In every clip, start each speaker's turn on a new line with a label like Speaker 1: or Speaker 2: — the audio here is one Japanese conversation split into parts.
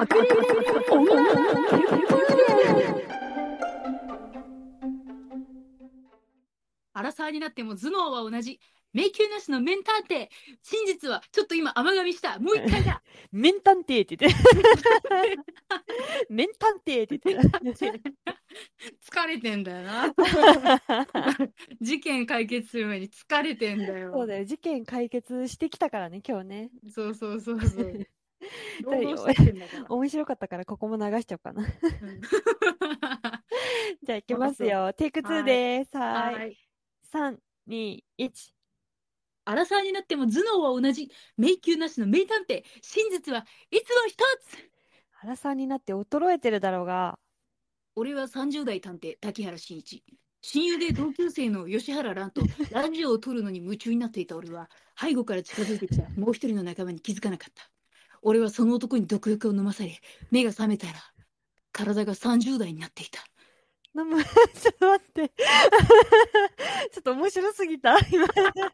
Speaker 1: 隠れ女の子。アラサーになっても頭脳は同じ。迷宮なしのメンターテ。真実は、ちょっと今甘噛みした。もう一回だ。
Speaker 2: メンタンテーって言って。メンタンテーって言って。
Speaker 1: 疲れてんだよな。事件解決する前に疲れてんだよ。
Speaker 2: そうだよ。事件解決してきたからね、今日ね。
Speaker 1: そうそうそうそう。労働してきてんだから。
Speaker 2: 面白かったからここも流しちゃおうかな。
Speaker 1: うん、
Speaker 2: じゃあ行きますよ。テイク2です。はい。
Speaker 1: はい。
Speaker 2: 3、2、1。
Speaker 1: アラサーになっても頭脳は同じ。迷宮なしの名探偵。真実はいつも一つ。
Speaker 2: アラサーになって衰えてるだろうが。
Speaker 1: 俺は30代探偵、滝原慎一。親友で同級生の吉原蘭とラジオを撮るのに夢中になっていた俺は、背後から近づいてきたもう一人の仲間に気づかなかった。俺はその男に毒薬を飲まされ、目が覚めたら、体が30代になっていた。
Speaker 2: ちょっと待って。ちょっと面白すぎた。今。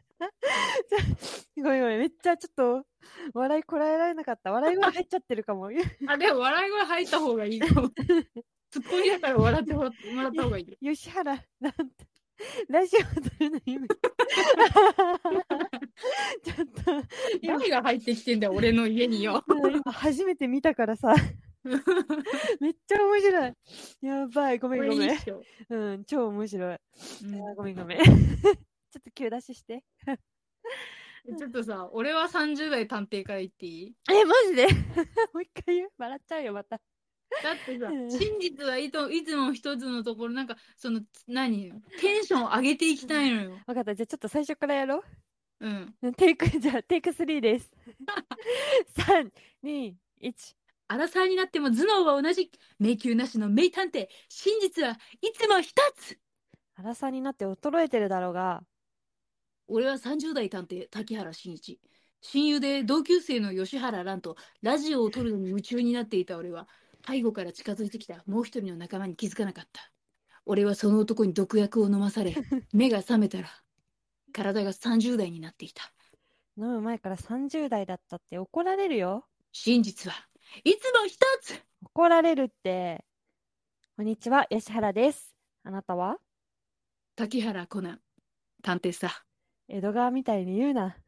Speaker 2: ごめんごめん。めっちゃちょっと、笑いこらえられなかった。笑い声入っちゃってるかも。
Speaker 1: あ、でも笑い声入った方がいいかも。ツッコミだから笑ってもらった方がいい。
Speaker 2: 吉原、なんて、ラジオ撮るの夢。ちょっと、
Speaker 1: 誰が入ってきてんだよ、俺の家によ。
Speaker 2: 今初めて見たからさ。めっちゃ面白い。やばい、ごめんごめん。うん、超面白い。ごめんごめん。ちょっと急出しして。
Speaker 1: ちょっとさ、俺は30代探偵から言っていい？
Speaker 2: マジでもう一回言う？笑っちゃうよ、また。
Speaker 1: だってさ、真実はいつも一つのところ、なんか、テンション上げていきたいのよ。
Speaker 2: わかった、じゃあちょっと最初からやろ
Speaker 1: う。うん。
Speaker 2: テイク3です。3、2、1。
Speaker 1: アラサーになっても頭脳は同じ。迷宮なしの名探偵。真実はいつも一つ。
Speaker 2: アラサーになって衰えてるだろうが。
Speaker 1: 俺は30代探偵、滝原慎一。親友で同級生の吉原蘭とラジオを撮るのに夢中になっていた俺は、背後から近づいてきたもう一人の仲間に気づかなかった。俺はその男に毒薬を飲まされ、目が覚めたら、体が30代になっていた。
Speaker 2: 飲む前から30代だったって怒られるよ。
Speaker 1: 真実はいつも一つ。
Speaker 2: 怒られるって。こんにちは、吉原です。あなたは？
Speaker 1: 滝原コナン、探偵さ。
Speaker 2: 江戸川みたいに言うな。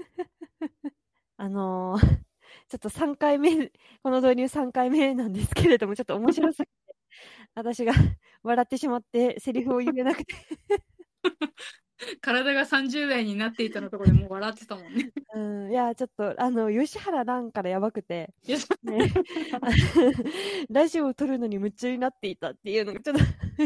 Speaker 2: ちょっと3回目、この導入3回目なんですけれども、ちょっと面白すぎて、私が笑ってしまって、セリフを言えなくて。
Speaker 1: 体が30代になっていたのところでもう笑ってたもんね。
Speaker 2: いや、ちょっと、吉原蘭からやばくて、ね、ラジオを撮るのに夢中になっていたっていうのが、ちょっと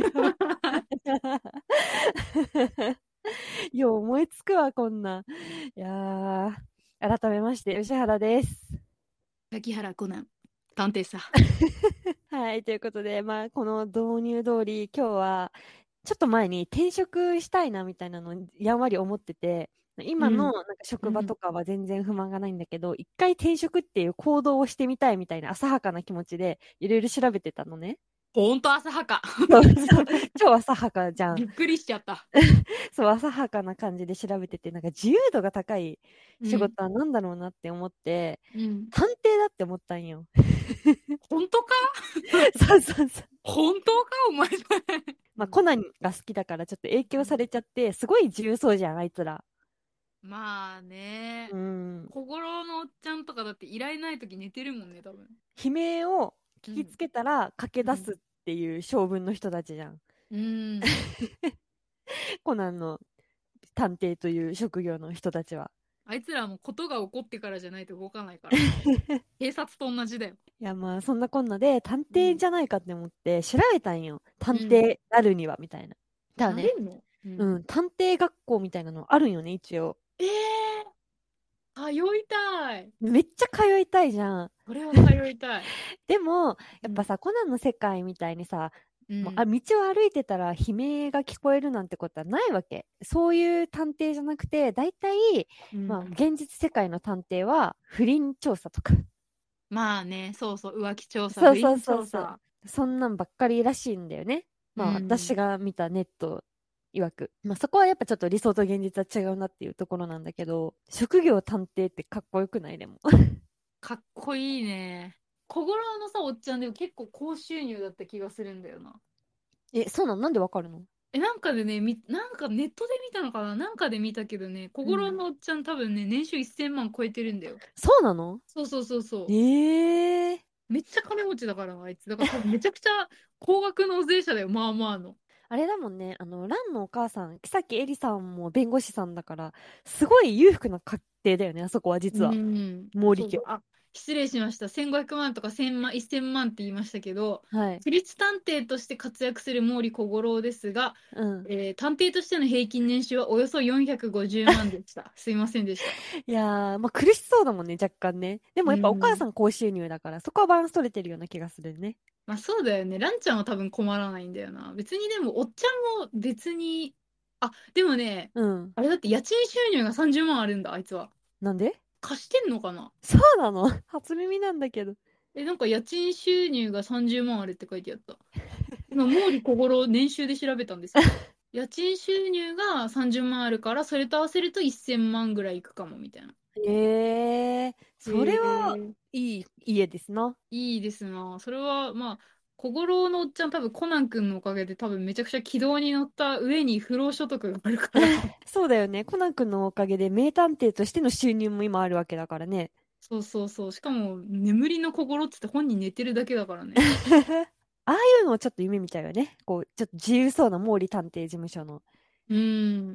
Speaker 2: よう思いつくわ、こんな。いやー、改めまして、吉原です。
Speaker 1: 滝原コナン、探偵さ。
Speaker 2: はい、ということで、この導入通り、今日は、ちょっと前に転職したいなみたいなのをやんわり思ってて、今のなんか職場とかは全然不満がないんだけど、一回転職っていう行動をしてみたいみたいな浅はかな気持ちでいろいろ調べてたのね。
Speaker 1: ほんと浅はか。
Speaker 2: 超浅はかじゃん。
Speaker 1: びっくりしちゃった。
Speaker 2: そう、浅はかな感じで調べてて、なんか自由度が高い仕事は何だろうなって思って、探偵だって思ったんよ。
Speaker 1: 本当か？
Speaker 2: そうそうそう。
Speaker 1: 本当かお前。
Speaker 2: コナンが好きだからちょっと影響されちゃって、すごい自由そうじゃん、あいつら。
Speaker 1: まあね。小五郎のおっちゃんとかだって依頼ないとき寝てるもんね、多分。
Speaker 2: 悲鳴を聞きつけたら駆け出すっていう性分の人たちじゃん。コナンの探偵という職業の人たちは。
Speaker 1: あいつらもことが起こってからじゃないと動かないから。警察と同じだよ。
Speaker 2: いやそんなこんなで探偵じゃないかって思って調べたんよ。探偵なるにはみたいな。だね。探偵学校みたいなのあるんよね、一応。
Speaker 1: 通いたい。
Speaker 2: めっちゃ通いたいじゃん。
Speaker 1: これは通いたい。
Speaker 2: でも、やっぱさ、コナンの世界みたいにさ、道を歩いてたら悲鳴が聞こえるなんてことはないわけ。そういう探偵じゃなくて、大体、現実世界の探偵は不倫調査とか。
Speaker 1: まあね、そうそう、浮気調査、
Speaker 2: そうそうそうそう。そんなんばっかりらしいんだよね。私が見たネット曰く。そこはやっぱちょっと理想と現実は違うなっていうところなんだけど、職業探偵ってかっこよくない？でも。
Speaker 1: かっこいいね。 小五郎のさ、おっちゃんでも結構高収入だった気がするんだよな。
Speaker 2: そうなの？なんでわかるの？
Speaker 1: なんかでね、なんかネットで見たのかな、なんかで見たけどね、小五郎のおっちゃん多分ね、年収1000万超えてるんだよ。
Speaker 2: そうなの？
Speaker 1: そうそうそうそう。
Speaker 2: ええ。
Speaker 1: めっちゃ金持ちだからな、あいつ。だから多分めちゃくちゃ高額納税者だよ、まあまあの。
Speaker 2: あれだもんね、ランのお母さん、木崎えりさんも弁護士さんだから、すごい裕福な家庭だよね、あそこは実は。毛利家。
Speaker 1: そうそう。失礼しました。1500万とか1000万、1000万って言いましたけど、
Speaker 2: はい。
Speaker 1: 私立探偵として活躍する毛利小五郎ですが、
Speaker 2: うん。
Speaker 1: 探偵としての平均年収はおよそ450万でした。すいませんでした。
Speaker 2: いやー、まあ苦しそうだもんね、若干ね。でもやっぱお母
Speaker 1: うん。
Speaker 2: さん高収入だから、そこはバランス取れてるような気がするね。
Speaker 1: まあそうだよね。ランちゃんは多分困らないんだよな。別にでも、おっちゃんも別に、でもね、
Speaker 2: うん。
Speaker 1: あれだって家賃収入が30万あるんだ、あいつは。
Speaker 2: なんで？
Speaker 1: 貸してんのかな？
Speaker 2: そうなの？初耳なんだけど。
Speaker 1: なんか家賃収入が30万あるって書いてあった。今、毛利小五郎年収で調べたんですけど、家賃収入が30万あるから、それと合わせると1000万ぐらいいくかも、みたいな。
Speaker 2: それは
Speaker 1: ええ、
Speaker 2: いい家ですな。
Speaker 1: いいですな。それは、まあ、小五郎のおっちゃん多分コナン君のおかげで多分めちゃくちゃ軌道に乗った上に不労所得があるから。
Speaker 2: そうだよね。コナン君のおかげで名探偵としての収入も今あるわけだからね。
Speaker 1: そうそうそう。しかも、眠りの小五郎っつって本人寝てるだけだからね。
Speaker 2: ああいうのをちょっと夢見ちゃうよね。こう、ちょっと自由そうな毛利探偵事務所の
Speaker 1: うん。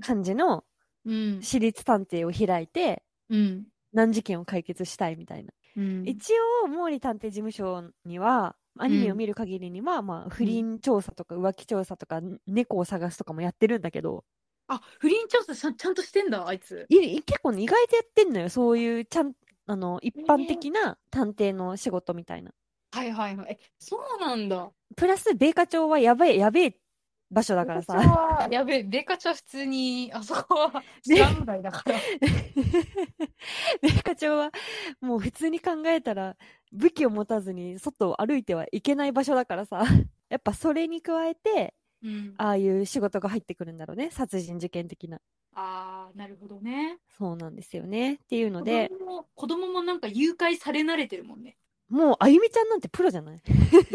Speaker 2: 感じの
Speaker 1: うん。
Speaker 2: 私立探偵を開いて、
Speaker 1: うん。
Speaker 2: 難事件を解決したいみたいな。
Speaker 1: うん。
Speaker 2: 一応、毛利探偵事務所には、ア
Speaker 1: うん。
Speaker 2: ニメを見る限りには、まあ、不
Speaker 1: うん。
Speaker 2: 倫調査とか浮気調査とか、猫を探すとかもやってるんだけど、
Speaker 1: 不倫調査ちゃんとしてんだ、あいつ。
Speaker 2: 結構ね、意外とやってんのよ。そういう、一般
Speaker 1: ええ、
Speaker 2: 的な探偵の仕事みたいな。
Speaker 1: はいはいはい。そうなんだ。
Speaker 2: プラス、米花町はやべえ場所だ
Speaker 1: 米花
Speaker 2: からさ。
Speaker 1: 町は、やべえ、米花町は普通に、あそこはスラム街だから。
Speaker 2: 米花町は、もう普通に考えたら、武器を持たずに外を歩いてはいけない場所だからさ。やっぱそれに加えて、
Speaker 1: うん。
Speaker 2: ああいう仕事が入ってくるんだろうね。殺人事件的な。
Speaker 1: ああ、なるほどね。
Speaker 2: そうなんですよね。っていうので、
Speaker 1: 子供もなんか誘拐され慣れてるもんね。
Speaker 2: もう、あゆみちゃんなんてプロじゃない？
Speaker 1: うん。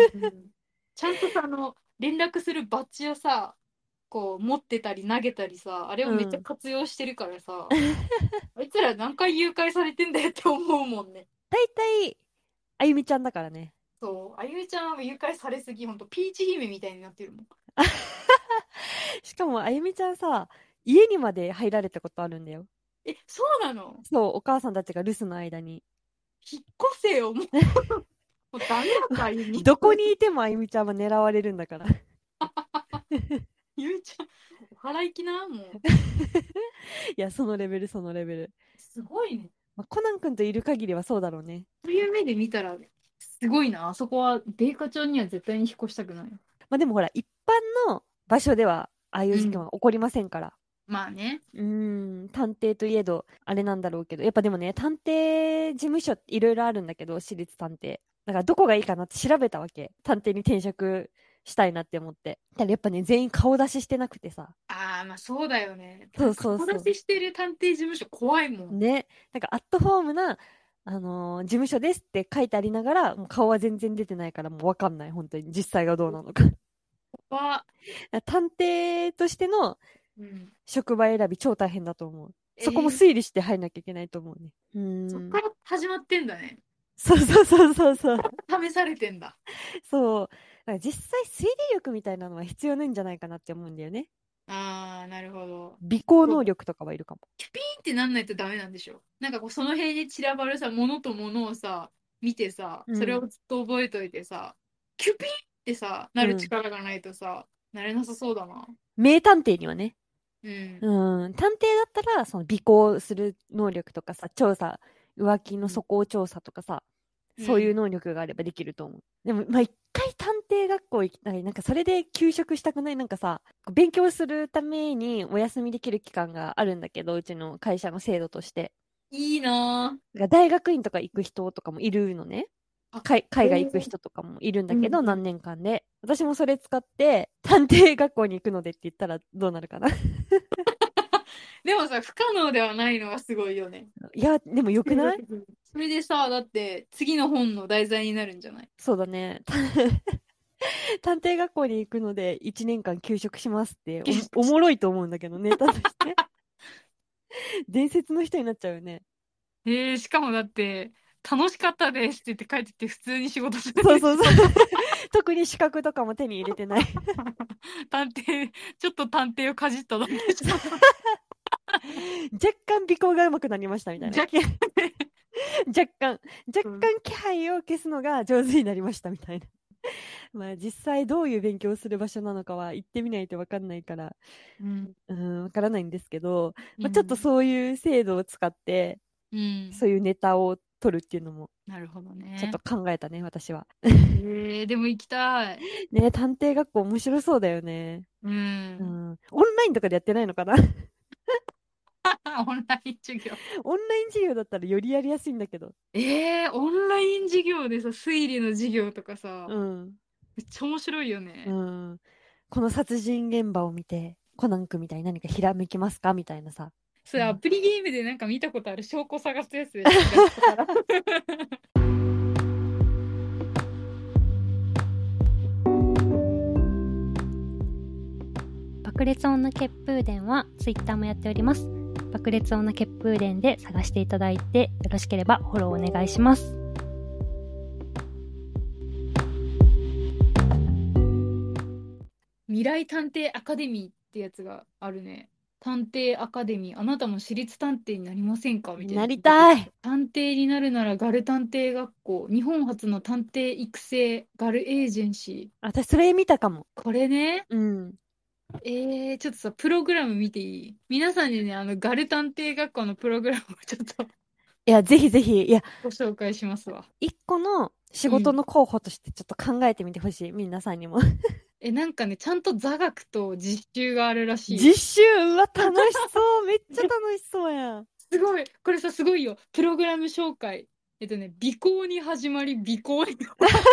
Speaker 1: ちゃんとさ、連絡するバッジをさ、こう、持ってたり投げたりさ、あれをめっちゃ
Speaker 2: うん。
Speaker 1: 活用してるからさ、あいつら何回誘拐されてんだよって思うもんね。
Speaker 2: 大体、あゆみちゃんだからね。
Speaker 1: そう、あゆみちゃんは誘拐されすぎ、ほんと、ピーチ姫みたいになってるもん。
Speaker 2: しかも、あゆみちゃんさ、家にまで入られたことあるんだよ。
Speaker 1: そうなの？
Speaker 2: そう、お母さんたちが留守の間に。
Speaker 1: 引っ越せよ、もうダメなんだ、あゆみ。
Speaker 2: どこにいてもあゆみちゃんは狙われるんだから。
Speaker 1: ゆみちゃん、お払いきな、もう。
Speaker 2: いや、そのレベル、そのレベル。
Speaker 1: すごいね。
Speaker 2: まあ、コナン君といる限りはそうだろうね。
Speaker 1: そういう目で見たら、すごいな。あそこは、米花町には絶対に引っ越したくない。
Speaker 2: まあでもほら、一般の場所では、ああいう事件
Speaker 1: うん。
Speaker 2: は起こりませんから。
Speaker 1: まあね。
Speaker 2: 探偵といえど、あれなんだろうけど、やっぱでもね、探偵事務所っていろいろあるんだけど、私立探偵。だからどこがいいかなって調べたわけ。探偵に転職したいなって思って。ただやっぱね、全員顔出ししてなくてさ。
Speaker 1: ああ、まあそうだよね。
Speaker 2: そうそう
Speaker 1: 顔出
Speaker 2: そう。
Speaker 1: ししてる探偵事務所怖いもん。
Speaker 2: ね。なんかアットホームな、事務所ですって書いてありながら、もう顔は全然出てないからもうわかんない。本当に実際がどうなのか。
Speaker 1: 怖。
Speaker 2: 探偵としての
Speaker 1: うん。
Speaker 2: 職場選び超大変だと思う。そこも
Speaker 1: ー、
Speaker 2: 推理して入んなきゃいけないと思うね。
Speaker 1: そっから始まってんだね。
Speaker 2: そうそうそうそうそう。
Speaker 1: 試されてんだ。
Speaker 2: そう。だから実際推理力みたいなのは必要ないんじゃないかなって思うんだよね。
Speaker 1: ああ、なるほど。
Speaker 2: 尾行
Speaker 1: そう、
Speaker 2: 能力とかはいるかも。
Speaker 1: キュピーンってなんないとダメなんでしょ。なんかこう、その辺に散らばるさ、物と物をさ、見てさ、
Speaker 2: うん。
Speaker 1: それをずっと覚えといてさ、キュピーンってさ、なる
Speaker 2: うん。
Speaker 1: 力がないとさ、なれなさそうだな。
Speaker 2: 名探偵にはね。
Speaker 1: うん。
Speaker 2: 探偵だったら、その尾行する能力とかさ、浮気の
Speaker 1: うん。
Speaker 2: 素行調査とかさ、そういう
Speaker 1: うん。
Speaker 2: 能力があればできると思う。でも、まあ、一回探偵学校行きたい。なんかそれで休職したくない？なんかさ、勉強するためにお休みできる期間があるんだけど、うちの会社の制度として。
Speaker 1: いいな
Speaker 2: だから大学院とか行く人とかもいるのね。
Speaker 1: ぁ。
Speaker 2: 海外行く人とかもいるんだけど、
Speaker 1: うんうん。
Speaker 2: 何年間で。私もそれ使って、探偵学校に行くのでって言ったらどうなるかな。
Speaker 1: でもさ、不可能ではないのがすごいよね。
Speaker 2: いや、でもよくない？
Speaker 1: それでさ、だって次の本の題材になるんじゃない？
Speaker 2: そうだね。探偵学校に行くので1年間休職しますっておもろいと思うんだけど、ネタとして。伝説の人になっちゃうよね。
Speaker 1: しかもだって、楽しかったですって言って帰ってきて普通に仕事する
Speaker 2: そう
Speaker 1: でしょ。
Speaker 2: そうそう。特に資格とかも手に入れてない。
Speaker 1: 探偵、ちょっと探偵をかじっただけじゃん。
Speaker 2: 若干尾行が上手くなりましたみたいな。
Speaker 1: 若干ね。
Speaker 2: 若干
Speaker 1: うん
Speaker 2: 気配を消すのが上手になりましたみたいな。まあ実際どういう勉強をする場所なのかは行ってみないと分かんないから、
Speaker 1: うん
Speaker 2: 分からないんですけど、まあ、ちょっと
Speaker 1: うん
Speaker 2: そういう制度を使って、
Speaker 1: うん
Speaker 2: そういうネタを取るっていうのも
Speaker 1: なるほど
Speaker 2: ちょっと
Speaker 1: ね。
Speaker 2: 考えたね、私は。
Speaker 1: でも行きたい。
Speaker 2: ね、探偵学校面白そうだよね。
Speaker 1: うん。
Speaker 2: オンラインとかでやってないのかな？
Speaker 1: オンライン授業。
Speaker 2: オンライン授業だったらよりやりやすいんだけど。
Speaker 1: オンライン授業でさ、推理の授業とかさ、
Speaker 2: うん。
Speaker 1: めっちゃ面白いよ
Speaker 2: う
Speaker 1: ね。
Speaker 2: ん。この殺人現場を見て、コナン君みたいに何かひらめきますかみたいなさ。
Speaker 1: それアプリゲームでなんか見たことある証拠探すやつでしょ。イラストから
Speaker 3: 爆裂女血風伝はツイッターもやっております。爆裂女血風伝で探していただいて、よろしければフォローお願いします。
Speaker 1: 未来探偵アカデミーってやつがあるね。探偵アカデミー、あなたも私立探偵になりませんかみたいな。
Speaker 2: なりたい。
Speaker 1: 探偵になるならガル探偵学校、日本初の探偵育成ガルエージェンシ
Speaker 2: 私それ見たかも。
Speaker 1: ー。これね、
Speaker 2: うん。
Speaker 1: ちょっとさ、プログラム見ていい？皆さんにね、ガル探偵学校のプログラムをちょっと
Speaker 2: いや、ぜひぜひ、いや、
Speaker 1: ご紹介しますわ。
Speaker 2: 一個の仕事の候補としてちょっと考えてみてほしい、皆さんにも。
Speaker 1: なんかね、ちゃんと座学と実習があるらしい。
Speaker 2: 実習、うわ、楽しそう。めっちゃ楽しそうやん。
Speaker 1: すごい。これさ、すごいよ。プログラム紹介。尾行に始まり、尾行に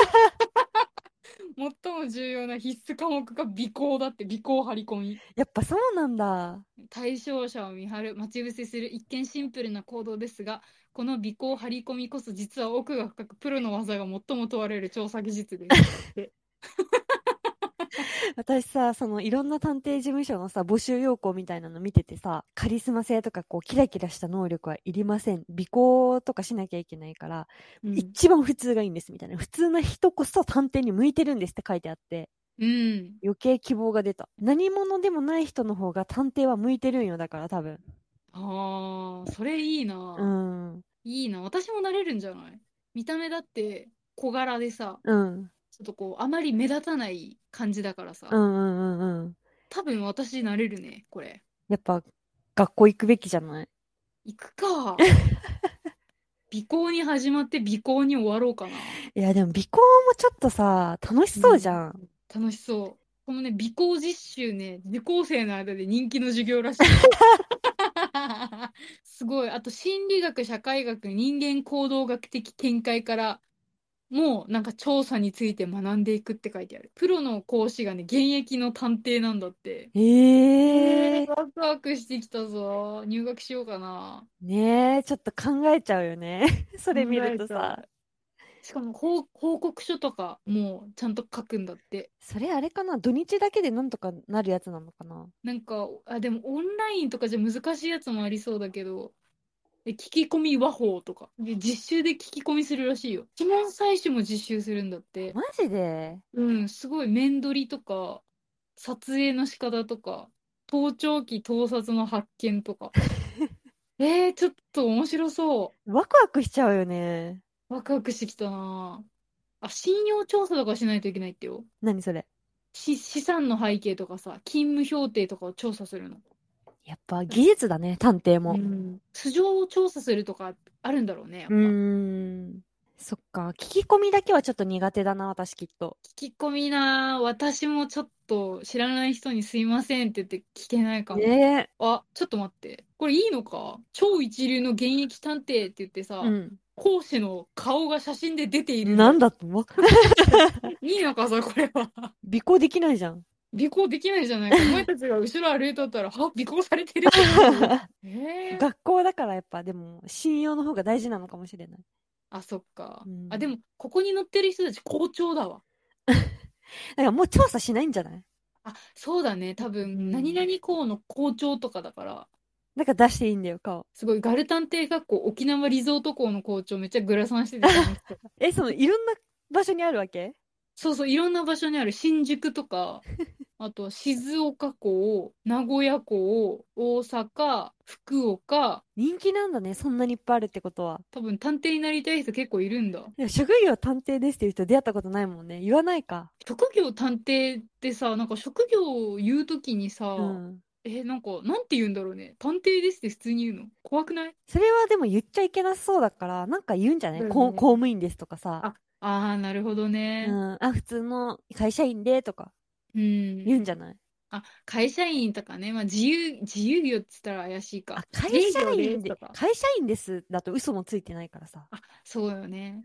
Speaker 1: 最も重要な必須科目が尾行だって、尾行張り込み。
Speaker 2: やっぱそうなんだ。
Speaker 1: 対象者を見張る、待ち伏せする、一見シンプルな行動ですが、この尾行張り込みこそ実は奥が深く、プロの技が最も問われる調査技術です。
Speaker 2: 私さ、いろんな探偵事務所のさ、募集要項みたいなの見ててさ、カリスマ性とかこう、キラキラした能力はいりません。尾行とかしなきゃいけないから、一番普通がいいんですみたいな。普通な人こそ探偵に向いてるんですって書いてあって、余計希望が出た。何者でもない人の方が探偵は向いてるんよ、だから多分。
Speaker 1: それいいな。
Speaker 2: うん。
Speaker 1: いいな。私もなれるんじゃない？見た目だって小柄でさ、
Speaker 2: うん。
Speaker 1: ちょっとこう、あまり目立たない感じだからさ、
Speaker 2: うんうんうんうん。
Speaker 1: 多分私なれるね、これ。
Speaker 2: やっぱ、学校行くべきじゃない？
Speaker 1: 行くか。尾行に始まって尾行に終わろうかな。
Speaker 2: いや、でも尾行もちょっとさ、楽しそうじゃん。
Speaker 1: 楽しそう。このね、尾行実習ね、受講生の間で人気の授業らしい。すごい。あと、心理学、社会学、人間行動学的見解からもうなんか調査について学んでいくって書いてある。プロの講師がね、現役の探偵なんだって。ワクワクしてきたぞ。入学しようかな。
Speaker 2: ねえ、ちょっと考えちゃうよね。それ見るとさ。
Speaker 1: しかも報告書とかもちゃんと書くんだって。
Speaker 2: それあれかな、土日だけでなんとかなるやつなのかな。
Speaker 1: なんか、でもオンラインとかじゃ難しいやつもありそうだけど、聞き込み話法とか。で実習で聞き込みするらしいよ。指紋採取も実習するんだって。
Speaker 2: マジで？
Speaker 1: すごい面取りとか、撮影の仕方とか、盗聴器盗撮の発見とか。ちょっと面白そ
Speaker 2: う。ワクワクしちゃうよね。
Speaker 1: ワクワクしてきたな。信用調査とかしないといけないってよ。
Speaker 2: 何それ？
Speaker 1: 資産の背景とかさ、勤務評定とかを調査するの。
Speaker 2: やっぱ技術だね、探偵も。
Speaker 1: 素性を調査するとかあるんだろうね、やっぱ。
Speaker 2: そっか。聞き込みだけはちょっと苦手だな、私きっと。
Speaker 1: 聞き込みな。私もちょっと知らない人にすいませんって言って聞けないかも。ちょっと待って。これいいのか？超一流の現役探偵って言ってさ、講師の顔が写真で出ている。
Speaker 2: なんだと？
Speaker 1: いいのかさ、これは。
Speaker 2: 尾行できないじゃん。
Speaker 1: 尾行できないじゃないか。お前たちが後ろ歩いとったら、は、尾行されてるって
Speaker 2: 学校だからやっぱでも信用の方が大事なのかもしれない。
Speaker 1: あ、そっか。
Speaker 2: うん
Speaker 1: あ、でも、ここに乗ってる人たち校長だわ。
Speaker 2: だからもう調査しないんじゃない？
Speaker 1: あ、そうだね。多
Speaker 2: うん
Speaker 1: 分、何々校の校長とかだから、
Speaker 2: なんか出していいんだよ、顔。
Speaker 1: すごい、ガル探偵学校、沖縄リゾート校の校長、めっちゃグラサンしてて楽しそう。
Speaker 2: そのいろんな場所にあるわけ？
Speaker 1: そうそう、いろんな場所にある新宿とか、あとは静岡港、名古屋港、大阪、福岡、
Speaker 2: 人気なんだね、そんなにいっぱいあるってことは。
Speaker 1: 多分探偵になりたい人結構いるんだ。
Speaker 2: いや職業探偵ですっていう人出会ったことないもんね。言わないか。
Speaker 1: 職業探偵ってさ、なんか職業を言うときにさ、
Speaker 2: うん。
Speaker 1: なんか、なんて言うんだろうね。探偵ですって普通に言うの怖くない？
Speaker 2: それはでも言っちゃいけなそうだから、なんか言うんじゃない？
Speaker 1: だよね
Speaker 2: 公務員ですとかさ。
Speaker 1: なるほど
Speaker 2: う
Speaker 1: ね。
Speaker 2: ん。普通の会社員でとか
Speaker 1: うん。
Speaker 2: 言うんじゃない？
Speaker 1: 会社員とかね。まあ、自由業って言ったら怪しいか。
Speaker 2: 会
Speaker 1: 自営業
Speaker 2: 社員で、
Speaker 1: ですとか。
Speaker 2: 会社員ですだと嘘もついてないからさ。
Speaker 1: そうよね。
Speaker 2: うん。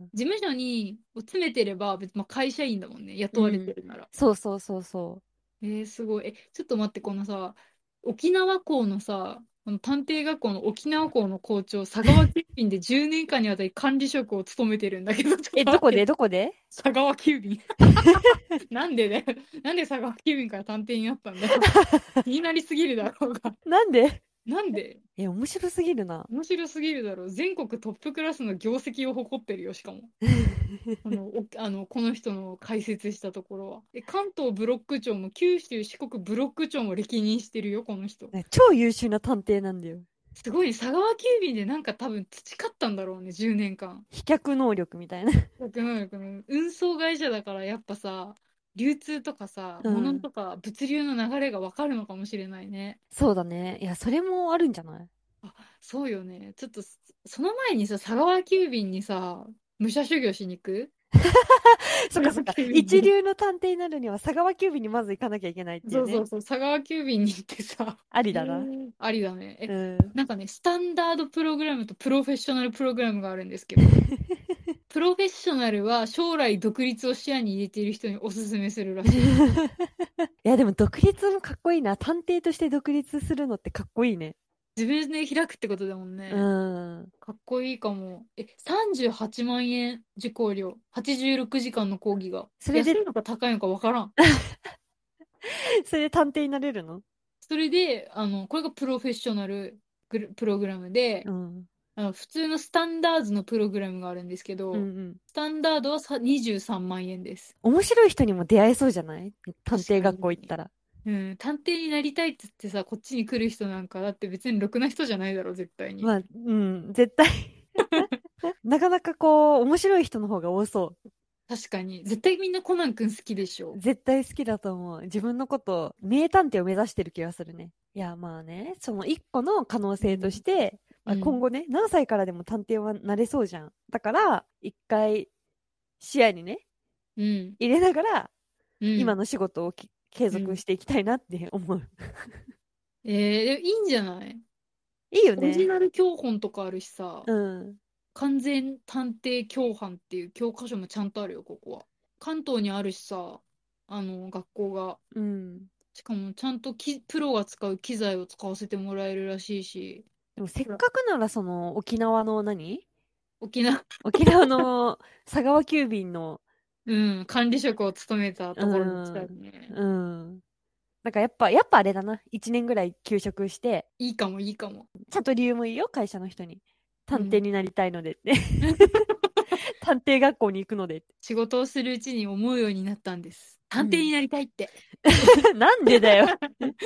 Speaker 1: 事務所に詰めてれば、別にまあ会社員だもんね。雇われてるなら。
Speaker 2: そうそうそうそ
Speaker 1: すごい。ちょっと待って、このさ、沖縄校のさ、この探偵学校の沖縄校の校長、佐川急便で10年間にわたり管理職を務めてるんだけど、ちょっと待って
Speaker 2: どこでどこで？
Speaker 1: 佐川急便なんでだよ。なんで佐川急便から探偵になったんだよ。気になりすぎるだろうが。
Speaker 2: なんで？
Speaker 1: なんで？
Speaker 2: 面白すぎるな。
Speaker 1: 面白すぎるだろう。全国トップクラスの業績を誇ってるよ、しかも。この人の解説したところは。関東ブロック長も九州四国ブロック長も歴任してるよ、この人。
Speaker 2: 超優秀な探偵なんだよ。
Speaker 1: すごいね、佐川急便でなんか多分培ったんだろうね、10年間。
Speaker 2: 飛脚能力みたいな。
Speaker 1: 運送会社だからやっぱさ、流通とかさ、
Speaker 2: うん
Speaker 1: 物とか物流の流れがわかるのかもしれないね。
Speaker 2: そうだね。いや、それもあるんじゃない？
Speaker 1: そうよね。ちょっと、その前にさ、佐川急便にさ、武者修行しに行く？
Speaker 2: そっかそっか。一流の探偵になるには佐川急便にまず行かなきゃいけないっていうね。
Speaker 1: そう、佐川急便に行ってさ。
Speaker 2: ありだな。
Speaker 1: ありだね。
Speaker 2: うん。
Speaker 1: なんかね、スタンダードプログラムとプロフェッショナルプログラムがあるんですけど、プロフェッショナルは将来独立を視野に入れている人におすすめするらしい。
Speaker 2: いや、でも独立もかっこいいな。探偵として独立するのってかっこいいね。
Speaker 1: 自分で開くってことだもんね。
Speaker 2: うん。
Speaker 1: かっこいいかも。38万円受講料。86時間の講義が。
Speaker 2: それで
Speaker 1: 安いのか高いのかわからん。
Speaker 2: それで探偵になれるの？
Speaker 1: それで、これがプロフェッショナルプログラムで、
Speaker 2: うん。
Speaker 1: 普通のスタンダードのプログラムがあるんですけど、
Speaker 2: うんうん。
Speaker 1: スタンダードは23万円です。
Speaker 2: 面白い人にも出会えそうじゃない？探偵学校行ったら。
Speaker 1: 探偵になりたいっつってさ、こっちに来る人なんか、だって別にろくな人じゃないだろ、絶対に。
Speaker 2: まあ、絶対。なかなか面白い人の方が多そう。
Speaker 1: 確かに。絶対みんなコナン君好きでしょ。
Speaker 2: 絶対好きだと思う。自分のこと、名探偵を目指してる気がするね。いや、まあね、その一個の可能性として、今後ね、何歳からでも探偵はなれそうじゃん。だから、一回、視野にね、入れながら、今の仕事を継続していきたいなって思う。
Speaker 1: いいんじゃない？
Speaker 2: いいよね。
Speaker 1: オリジナル教本とかあるしさ、
Speaker 2: うん。
Speaker 1: 完全探偵教範っていう教科書もちゃんとあるよ、ここは。関東にあるしさ、学校が。
Speaker 2: うん。
Speaker 1: しかもちゃんとプロが使う機材を使わせてもらえるらしいし。
Speaker 2: でもせっかくなら沖縄の
Speaker 1: 沖縄
Speaker 2: の佐川急便の
Speaker 1: 管理職を務めたところに来たよね。
Speaker 2: なんかやっぱあれだな。1年ぐらい休職して。
Speaker 1: いいかも。
Speaker 2: ちゃんと理由もいいよ、会社の人に。探偵になりたいのでって。探偵学校に行くので。
Speaker 1: 仕事をするうちに思うようになったんです。探偵になりたいって。
Speaker 2: なんでだよ。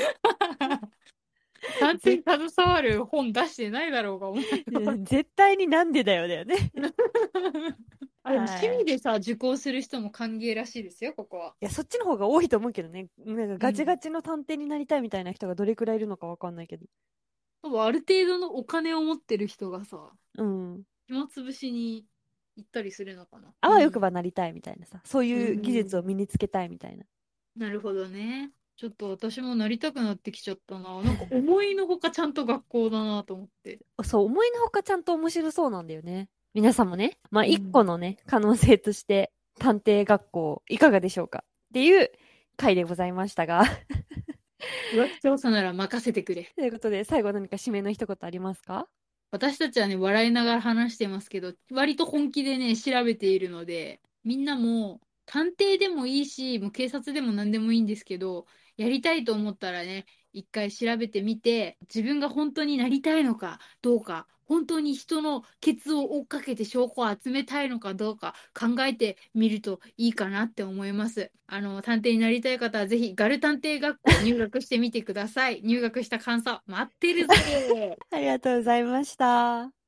Speaker 1: 探偵に携わる本出してないだろうが、お前は。
Speaker 2: 絶対になんでだよだよね。
Speaker 1: でも趣味でさ、受講する人も歓迎らしいですよ、ここは。
Speaker 2: いや、そっちの方が多いと思うけどね。なんかガチガチの探偵になりたいみたいな人がどれくらいいるのかわかんないけど。
Speaker 1: 多分ある程度のお金を持ってる人がさ、
Speaker 2: 暇
Speaker 1: つぶしに行ったりするのかな。
Speaker 2: あわよくばなりたいみたいなさ。そういう技術を身につけたいみたいな。
Speaker 1: なるほどね。ちょっと私もなりたくなってきちゃったな。なんか思いのほかちゃんと学校だなと思って。
Speaker 2: そう、思いのほかちゃんと面白そうなんだよね。皆さんもね、一個のね、可能性として探偵学校いかがでしょうかっていう回でございましたが。
Speaker 1: 浮気調査なら任せてくれ。
Speaker 2: ということで、最後何か締めの一言ありますか？
Speaker 1: 私たちはね、笑いながら話してますけど、割と本気でね、調べているので、みんなも探偵でもいいし、もう警察でも何でもいいんですけど、やりたいと思ったらね、一回調べてみて、自分が本当になりたいのかどうか、本当に人のケツを追っかけて証拠を集めたいのかどうか考えてみるといいかなって思います。探偵になりたい方はぜひガル探偵学校入学してみてください。入学した感想待ってるぜ。
Speaker 2: ありがとうございました。